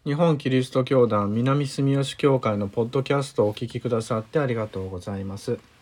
日本キリスト教団南住吉教会のポッドキャストをお聞きくださってありがとうございます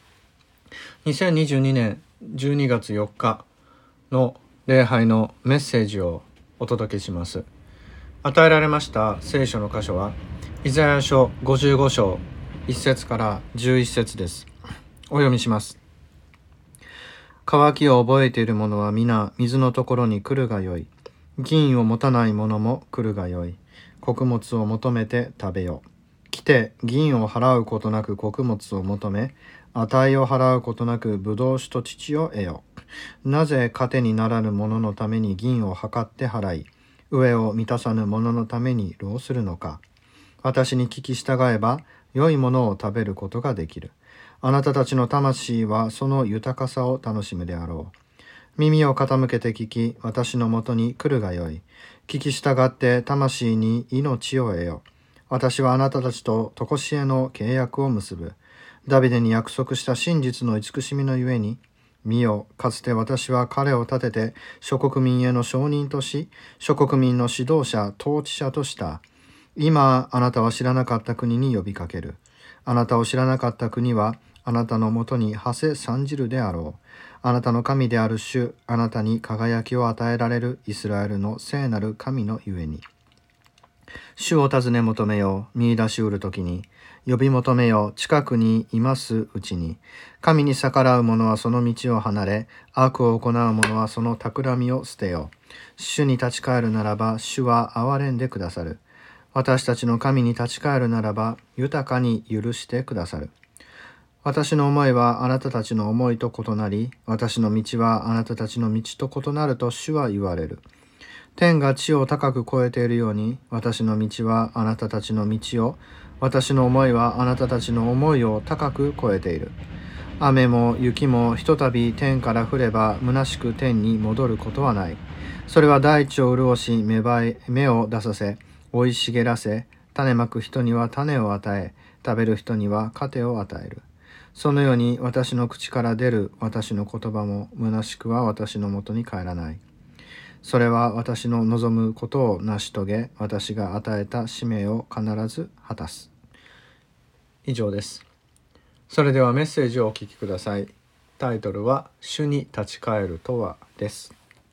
。2022年12月4日の礼拝のメッセージをお届けします。与えられました聖書の箇所はイザヤ書55章1節から11節です。お読みします。渇きを覚えている者は皆水のところに来るがよい。銀を持たない者も来るがよい。穀物を求めて食べよ。来て銀を払うことなく穀物を求め、値を払うことなくブドウ酒と乳を得よ。なぜ糧にならぬ者のために銀を測って払い、飢えを満たさぬ者のために労するのか。私に聞き従えば良いものを食べることができる。あなたたちの魂はその豊かさを楽しむであろう。耳を傾けて聞き、私のもとに来るがよい。聞き従って魂に命を得よ。私はあなたたちと常しえの契約を結ぶ。ダビデに約束した真実の慈しみのゆえに、見よ、かつて私は彼を立てて諸国民への証人とし、諸国民の指導者、統治者とした。今、あなたは知らなかった国に呼びかける。あなたを知らなかった国は、あなたのもとに馳せ参じるであろう。あなたの神である主、あなたに輝きを与えられるイスラエルの聖なる神のゆえに。主を尋ね求めよ、見出しうるときに。呼び求めよ、近くにいますうちに。神に逆らう者はその道を離れ、悪を行う者はその企みを捨てよ。主に立ち返るならば、主は憐れんでくださる。私たちの神に立ち返るならば、豊かに許してくださる。私の思いはあなたたちの思いと異なり、私の道はあなたたちの道と異なると主は言われる。天が地を高く超えているように、私の道はあなたたちの道を、私の思いはあなたたちの思いを高く超えている。雨も雪もひとたび天から降れば虚しく天に戻ることはない。それは大地を潤し、芽を出させ、生い茂らせ、種まく人には種を与え、食べる人には糧を与える。そのように私の口から出る私の言葉も虚しくは私のもとに帰らない。それは私の望むことを成し遂げ、私が与えた使命を必ず果たす。以上です。それではメッセージをお聞きください。タイトルは主に立ち返るとはです。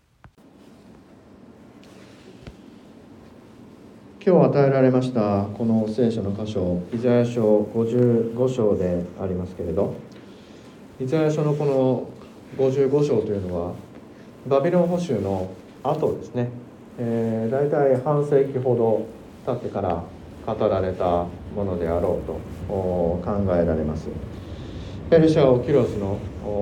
今日与えられましたこの聖書の箇所、イザヤ書55章でありますけれど、イザヤ書のこの55章というのはバビロン捕囚の後ですね、だいたい半世紀ほど経ってから語られたものであろうと考えられます。ペルシャ王キュロスの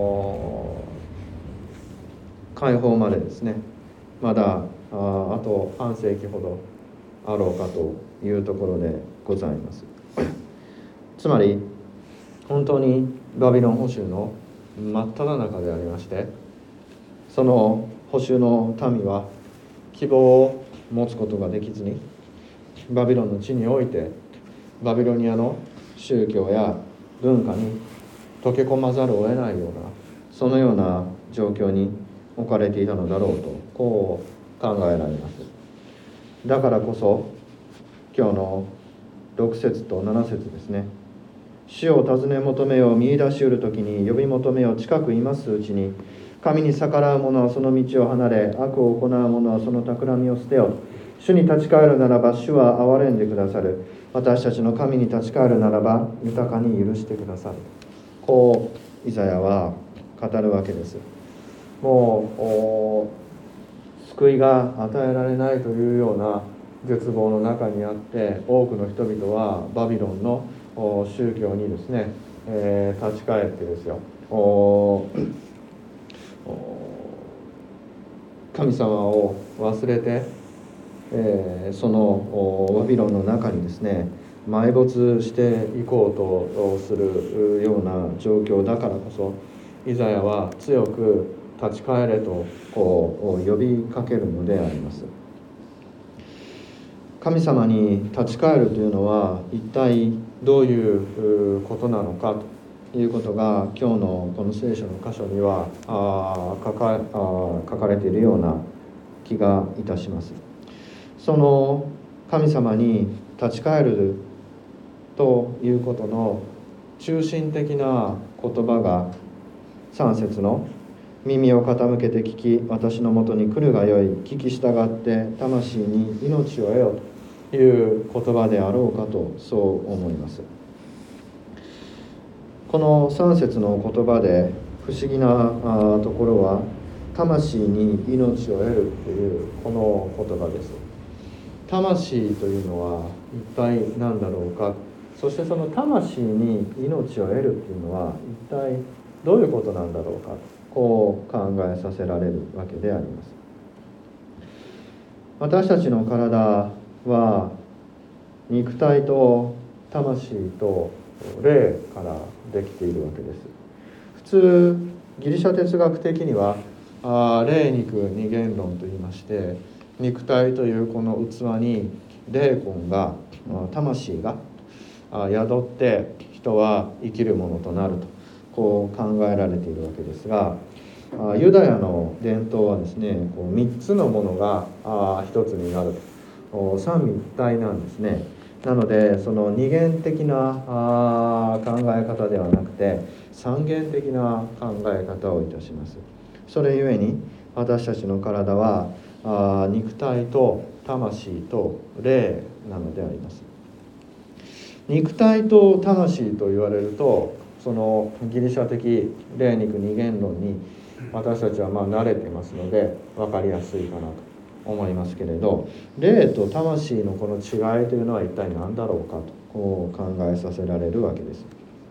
解放までですね、まだあと半世紀ほどあろうかというところでございます。つまり本当にバビロン捕囚の真っ只中でありまして、その捕囚の民は希望を持つことができずに、バビロンの地においてバビロニアの宗教や文化に溶け込まざるを得ないような、そのような状況に置かれていたのだろうと、こう考えられます。だからこそ今日の6節と7節ですね。主を尋ね求めよ、見出しうるときに。呼び求めよ、近くいますうちに。神に逆らう者はその道を離れ、悪を行う者はその企みを捨てよ。主に立ち返るならば主は憐れんでくださる。私たちの神に立ち返るならば豊かに許してくださる。こうイザヤは語るわけです。もう救いが与えられないというような絶望の中にあって、多くの人々はバビロンの宗教にですね、立ち返ってですよ、神様を忘れて、そのバビロンの中にですね埋没していこうとするような状況だからこそ、イザヤは強く立ち返れとこう呼びかけるのであります。神様に立ち返るというのは一体どういうことなのかということが、今日のこの聖書の箇所には書かれているような気がいたします。その神様に立ち返るということの中心的な言葉が3節の耳を傾けて聞き私のもとに来るがよい聞き従って魂に命を得よという言葉であろうかとそう思います。この3節の言葉で不思議なところは魂に命を得るというこの言葉です。魂というのは一体何だろうか、そしてその魂に命を得るというのは一体どういうことなんだろうか、こう考えさせられるわけであります。私たちの体は肉体と魂と霊からできているわけです。普通ギリシャ哲学的には霊肉二元論といいまして、肉体というこの器に霊魂が魂が宿って人は生きるものとなるとこう考えられているわけですが、ユダヤの伝統はですね、こう3つのものが一つになると三位一体なんですね。なのでその二元的な考え方ではなくて三元的な考え方をいたします。それゆえに私たちの体は肉体と魂と霊なのであります。肉体と魂と言われるとそのギリシャ的霊肉二元論に私たちは慣れてますので分かりやすいかなと思いますけれど、霊と魂のこの違いというのは一体何だろうかとこう考えさせられるわけです。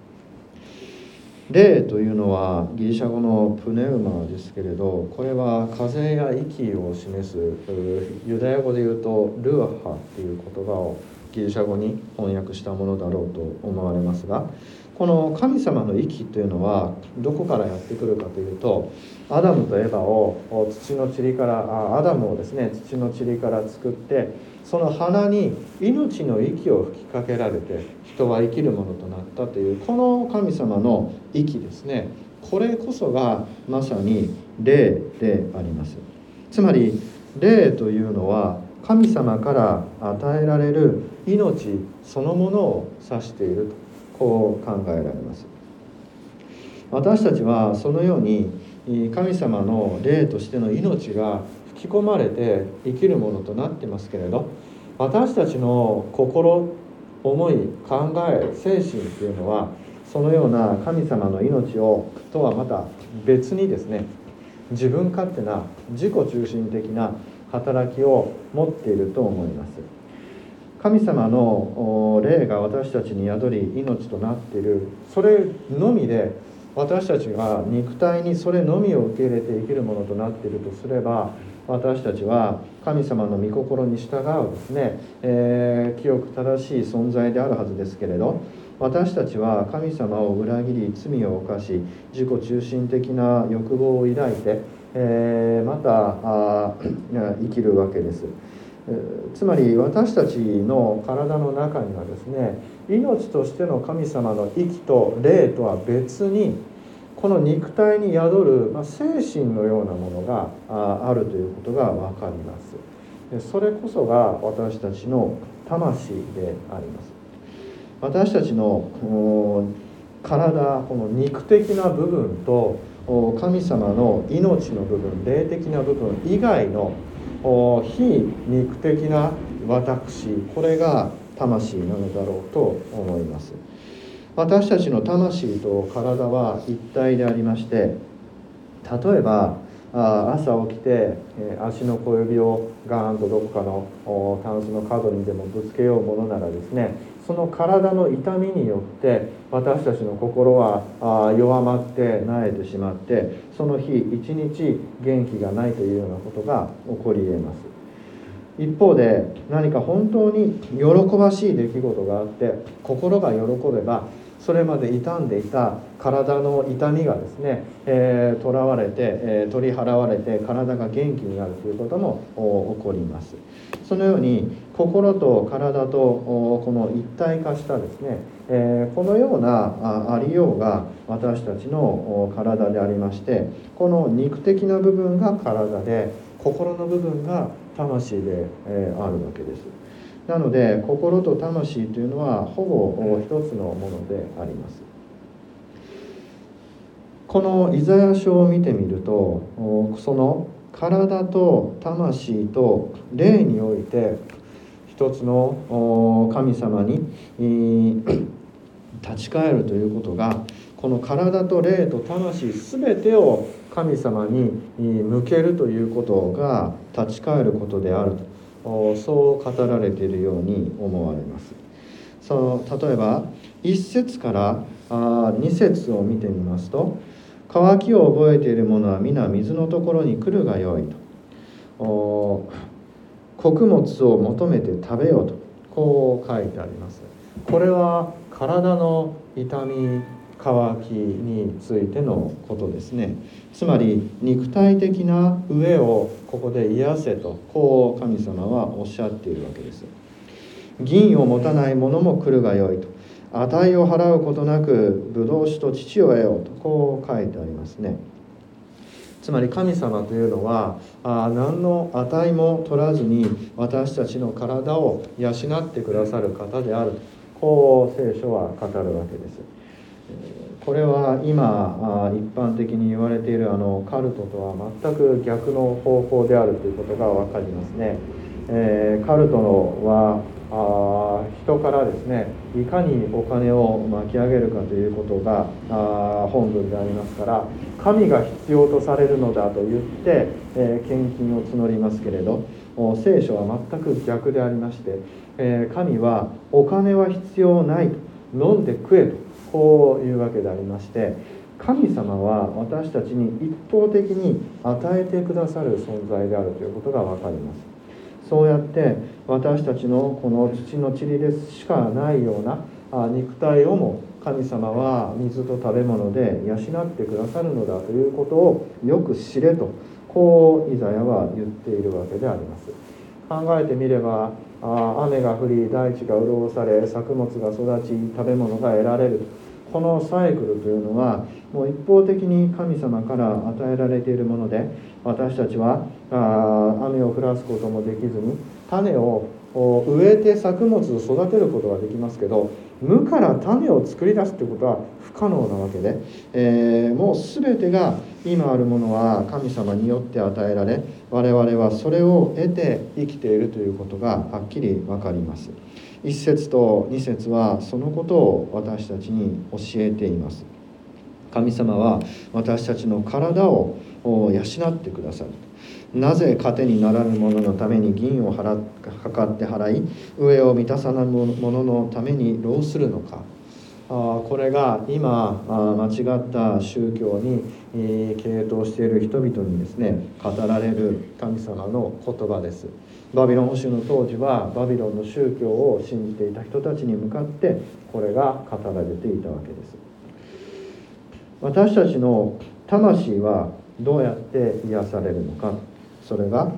霊というのはギリシャ語のプネウマですけれど、これは風や息を示すユダヤ語で言うとルアハっていう言葉をギリシャ語に翻訳したものだろうと思われますが、この神様の息というのはどこからやってくるかというと、アダムとエバを土の塵からアダムをですね土の塵から作って、その鼻に命の息を吹きかけられて人は生きるものとなったというこの神様の息ですね、これこそがまさに霊であります。つまり霊というのは神様から与えられる命そのものを指しているとこう考えられます。私たちはそのように神様の霊としての命が吹き込まれて生きるものとなってますけれど、私たちの心、思い、考え、精神というのはそのような神様の命をとはまた別にですね、自分勝手な自己中心的な働きを持っていると思います。神様の霊が私たちに宿り命となっている、それのみで私たちが肉体にそれのみを受け入れて生きるものとなっているとすれば、私たちは神様の御心に従うですね、清く正しい存在であるはずですけれど、私たちは神様を裏切り罪を犯し自己中心的な欲望を抱いて、また生きるわけです。つまり私たちの体の中にはですね、命としての神様の息と霊とは別にこの肉体に宿る、精神のようなものがあるということが分かります。それこそが私たちの魂であります。私たちの体、この肉的な部分と神様の命の部分、霊的な部分以外の非肉的な私、これが魂なのだろうと思います。私たちの魂と体は一体でありまして、例えば朝起きて足の小指をガーンとどこかのタンスの角にでもぶつけようものならですね、その体の痛みによって私たちの心は弱まって萎えてしまって、その日一日元気がないというようなことが起こり得ます。一方で何か本当に喜ばしい出来事があって心が喜べば、それまで傷んでいた体の痛みがですね、取らわれて、取り払われて体が元気になるということも起こります。そのように心と体とこの一体化したですね、このようなありようが私たちの体でありまして、この肉的な部分が体で心の部分が魂であるわけです。 なので心と魂というのはほぼ一つのものであります。このイザヤ書を見てみると、その体と魂と霊において一つの神様に立ち返るということが、この体と霊と魂全てを神様に向けるということが立ち返ることであると、そう語られているように思われます。例えば1節から2節を見てみますと、渇きを覚えている者は皆水のところに来るがよいと、穀物を求めて食べようと、こう書いてあります。これは体の痛み渇きについてのことですね。つまり肉体的な飢えをここで癒せと、こう神様はおっしゃっているわけです。銀を持たない者も来るがよいと、値を払うことなく葡萄酒と乳を得ようと、こう書いてありますね。つまり神様というのは何の値も取らずに私たちの体を養ってくださる方であると、こう聖書は語るわけです。これは今一般的に言われているカルトとは全く逆の方法であるということが分かりますね。カルトは人からですね、いかにお金を巻き上げるかということが本文でありますから、神が必要とされるのだと言って、献金を募りますけれど、聖書は全く逆でありまして、神はお金は必要ないと、飲んで食えと、こういうわけでありまして、神様は私たちに一方的に与えてくださる存在であるということが分かります。そうやって私たちのこの土の塵でしかないような肉体をも神様は水と食べ物で養ってくださるのだということをよく知れと、こうイザヤは言っているわけであります。考えてみれば雨が降り大地が潤され作物が育ち食べ物が得られる、このサイクルというのはもう一方的に神様から与えられているもので、私たちは雨を降らすこともできずに種を植えて作物を育てることはできますけど、無から種を作り出すということは不可能なわけで、もう全てが今あるものは神様によって与えられ、我々はそれを得て生きているということがはっきり分かります。1節と2節はそのことを私たちに教えています。神様は私たちの体を養ってくださる。なぜ糧にならぬ者のために銀をかかって払い、飢えを満たさない者のために労するのか。これが今間違った宗教に傾倒している人々にですね、語られる神様の言葉です。バビロン捕囚の当時はバビロンの宗教を信じていた人たちに向かってこれが語られていたわけです。私たちの魂はどうやって癒されるのか。それが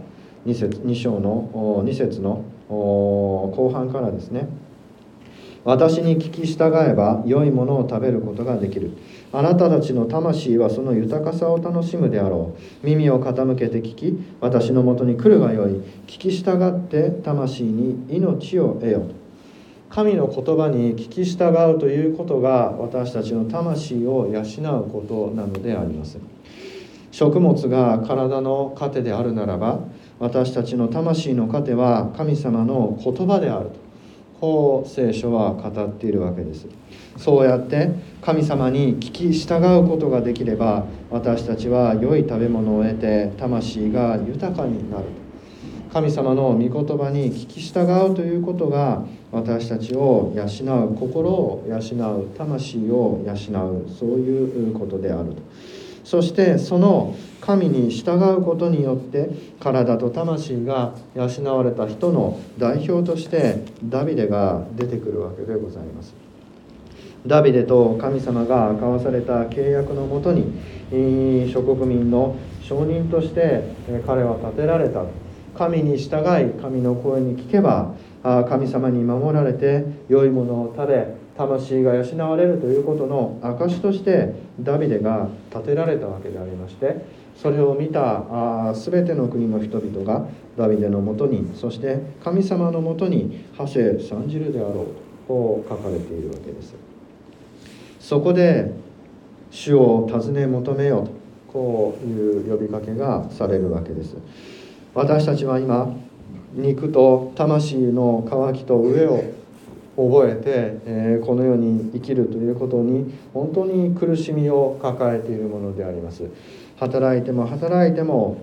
2章の2節の後半からですね。私に聞き従えば良いものを食べることができる。あなたたちの魂はその豊かさを楽しむであろう。耳を傾けて聞き、私のもとに来るがよい。聞き従って魂に命を得よ。神の言葉に聞き従うということが私たちの魂を養うことなのであります。食物が体の糧であるならば、私たちの魂の糧は神様の言葉であると、こう聖書は語っているわけです。そうやって神様に聞き従うことができれば、私たちは良い食べ物を得て魂が豊かになる。神様の御言葉に聞き従うということが私たちを養う、心を養う、魂を養う、そういうことであると。そしてその神に従うことによって体と魂が養われた人の代表としてダビデが出てくるわけでございます。ダビデと神様が交わされた契約のもとに諸国民の証人として彼は立てられた。神に従い神の声に聞けば神様に守られて良いものを食べ魂が養われるということの証としてダビデが建てられたわけでありまして、それを見た全ての国の人々がダビデのもとに、そして神様のもとに馳せ参じるであろうとこう書かれているわけです。そこで主を尋ね求めようとこういう呼びかけがされるわけです。私たちは今肉と魂の渇きと飢えを覚えて、この世に生きるということに本当に苦しみを抱えているものであります。働いても働いても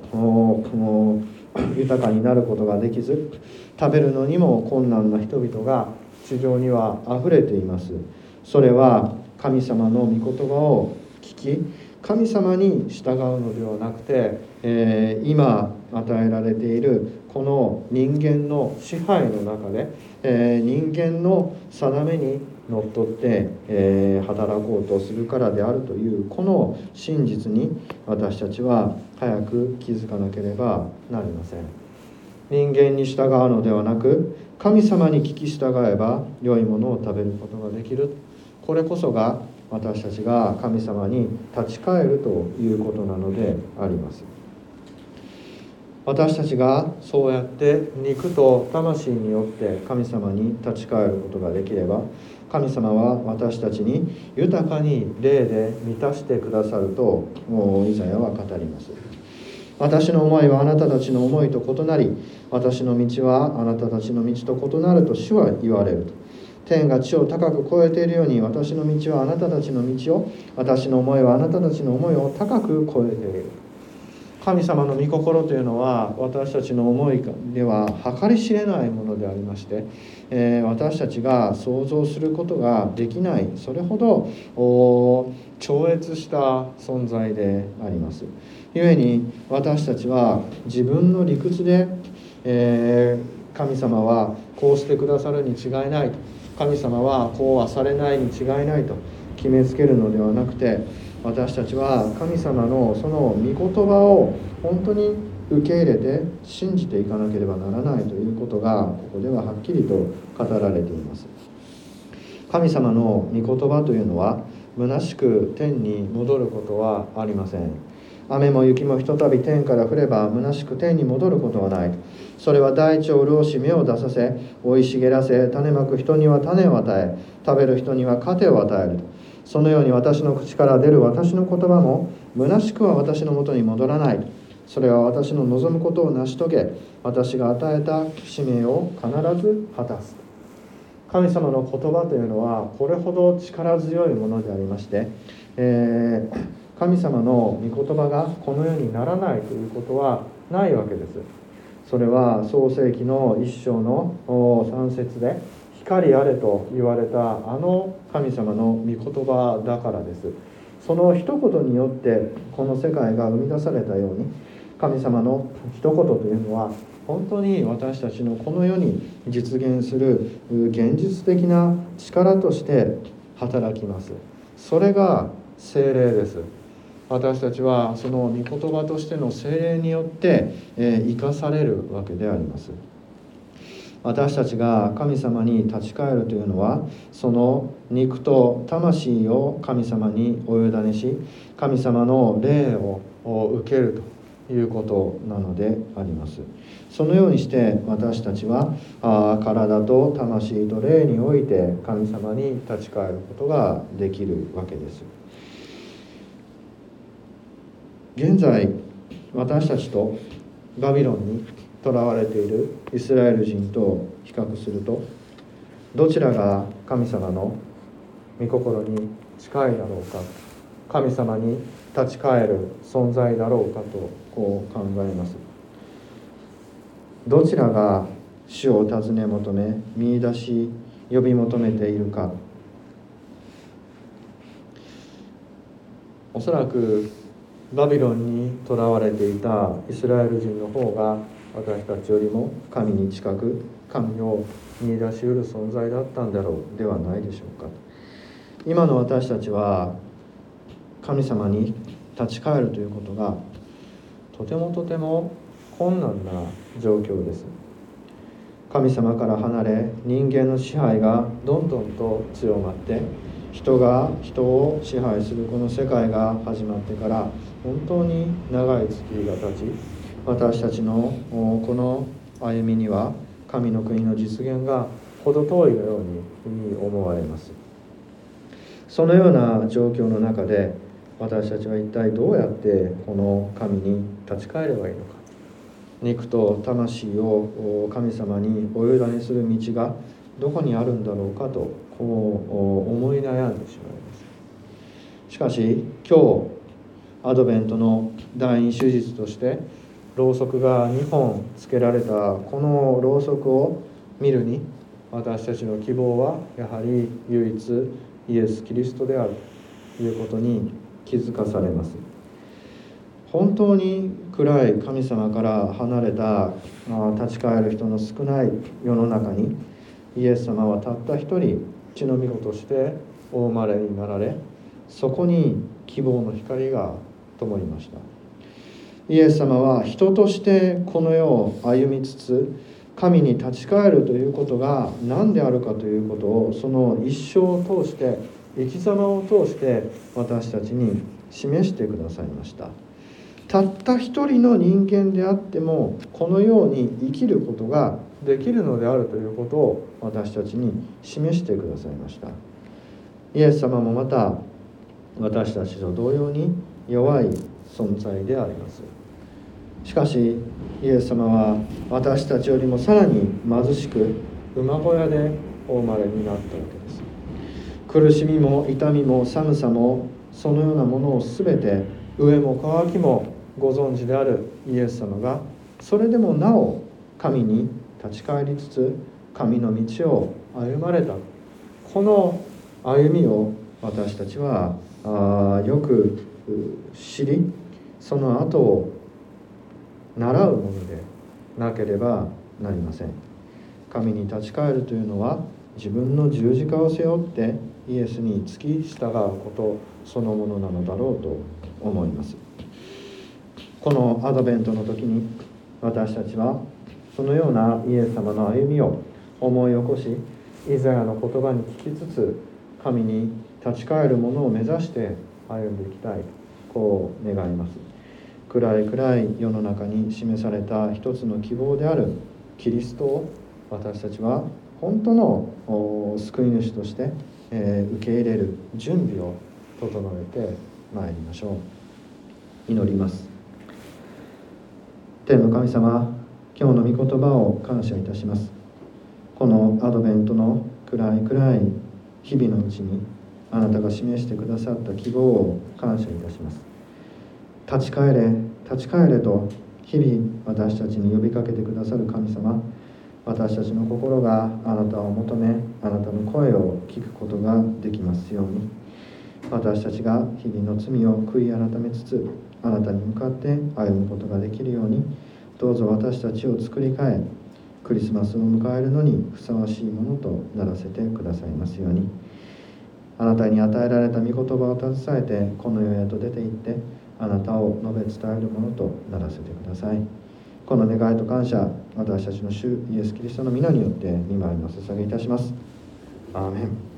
豊かになることができず、食べるのにも困難な人々が地上にはあふれています。それは神様の御言葉を聞き神様に従うのではなくて、今与えられているこの人間の支配の中で、人間の定めにのっとって、働こうとするからであるというこの真実に私たちは早く気づかなければなりません。人間に従うのではなく神様に聞き従えば良いものを食べることができる。これこそが私たちが神様に立ち返るということなのであります。私たちがそうやって肉と魂によって神様に立ち返ることができれば、神様は私たちに豊かに霊で満たしてくださるとイザヤは語ります。私の思いはあなたたちの思いと異なり、私の道はあなたたちの道と異なると主は言われると。天が地を高く超えているように、私の道はあなたたちの道を、私の思いはあなたたちの思いを高く超えている。神様の御心というのは私たちの思いでは計り知れないものでありまして、私たちが想像することができない、それほど超越した存在であります。故に私たちは自分の理屈で、神様はこうしてくださるに違いない、神様はこうはされないに違いないと決めつけるのではなくて、私たちは神様のその御言葉を本当に受け入れて信じていかなければならないということがここでははっきりと語られています。神様の御言葉というのは虚しく天に戻ることはありません。雨も雪もひとたび天から降れば虚しく天に戻ることはない。それは大地を潤し芽を出させ、生い茂らせ、種まく人には種を与え、食べる人には糧を与える。そのように私の口から出る私の言葉も虚しくは私のもとに戻らない。それは私の望むことを成し遂げ、私が与えた使命を必ず果たす。神様の言葉というのはこれほど力強いものでありまして、神様の御言葉がこの世にならないということはないわけです。それは創世記の1章の3節で光あれと言われたあの神様の御言葉だからです。その一言によってこの世界が生み出されたように、神様の一言というのは本当に私たちのこの世に実現する現実的な力として働きます。それが聖霊です。私たちはその御言葉としての聖霊によって生かされるわけであります。私たちが神様に立ち返るというのは、その肉と魂を神様にお委ねし、神様の霊を受けるということなのであります。そのようにして私たちは体と魂と霊において神様に立ち返ることができるわけです。現在私たちとバビロンに囚われているイスラエル人と比較すると、どちらが神様の御心に近いだろうか、神様に立ち返る存在だろうかとこう考えます。どちらが主を尋ね求め見出し呼び求めているか。おそらくバビロンに囚われていたイスラエル人の方が私たちよりも神に近く、神を見出し得る存在だったんだろうではないでしょうか。今の私たちは神様に立ち返るということがとても困難な状況です。 神様から離れ、人間の支配がどんどんと強まって、人が人を支配するこの世界が始まってから本当に長い月日が経ち、私たちのこの歩みには神の国の実現が程遠いのように思われます。そのような状況の中で、私たちは一体どうやってこの神に立ち返ればいいのか。肉と魂を神様にお委ねする道がどこにあるんだろうかと思い悩んでしまいます。しかし今日アドベントの第二手術として、ろうそくが2本つけられたこのろうそくを見るに、私たちの希望はやはり唯一イエス・キリストであるということに気づかされます。本当に暗い神様から離れた立ち返る人の少ない世の中に、イエス様はたった一人血の御子としてお生まれになられ、そこに希望の光が灯りました。イエス様は人としてこの世を歩みつつ、神に立ち返るということが何であるかということを、その一生を通して、生き様を通して私たちに示してくださいました。たった一人の人間であっても、このように生きることができるのであるということを私たちに示してくださいました。イエス様もまた私たちと同様に弱い存在であります。しかしイエス様は私たちよりもさらに貧しく、馬小屋でお生まれになったわけです。苦しみも痛みも寒さも、そのようなものをすべて、飢えも渇きもご存知であるイエス様が、それでもなお神に立ち返りつつ神の道を歩まれた、この歩みを私たちはよく知り、その後を習うものでなければなりません。神に立ち返るというのは、自分の十字架を背負ってイエスに付き従うことそのものなのだろうと思います。このアドベントの時に、私たちはそのようなイエス様の歩みを思い起こし、イザヤの言葉に聞きつつ、神に立ち返るものを目指して歩んでいきたい、こう願います。暗い世の中に示された一つの希望であるキリストを、私たちは本当の救い主として、受け入れる準備を整えてまいりましょう。祈ります。天の神様、今日の御言葉を感謝いたします。このアドベントの暗い日々のうちに、あなたが示してくださった希望を感謝いたします。立ち返れと日々私たちに呼びかけてくださる神様、私たちの心があなたを求め、あなたの声を聞くことができますように、私たちが日々の罪を悔い改めつつ、あなたに向かって歩むことができるように、どうぞ私たちを作り変え、クリスマスを迎えるのにふさわしいものとならせてくださいますように。あなたに与えられた御言葉を携えてこの世へと出て行って、あなたを述べ伝えるものとならせてください。この願いと感謝、私たちの主イエス・キリストの皆によって御前にお捧げいたします。アーメン。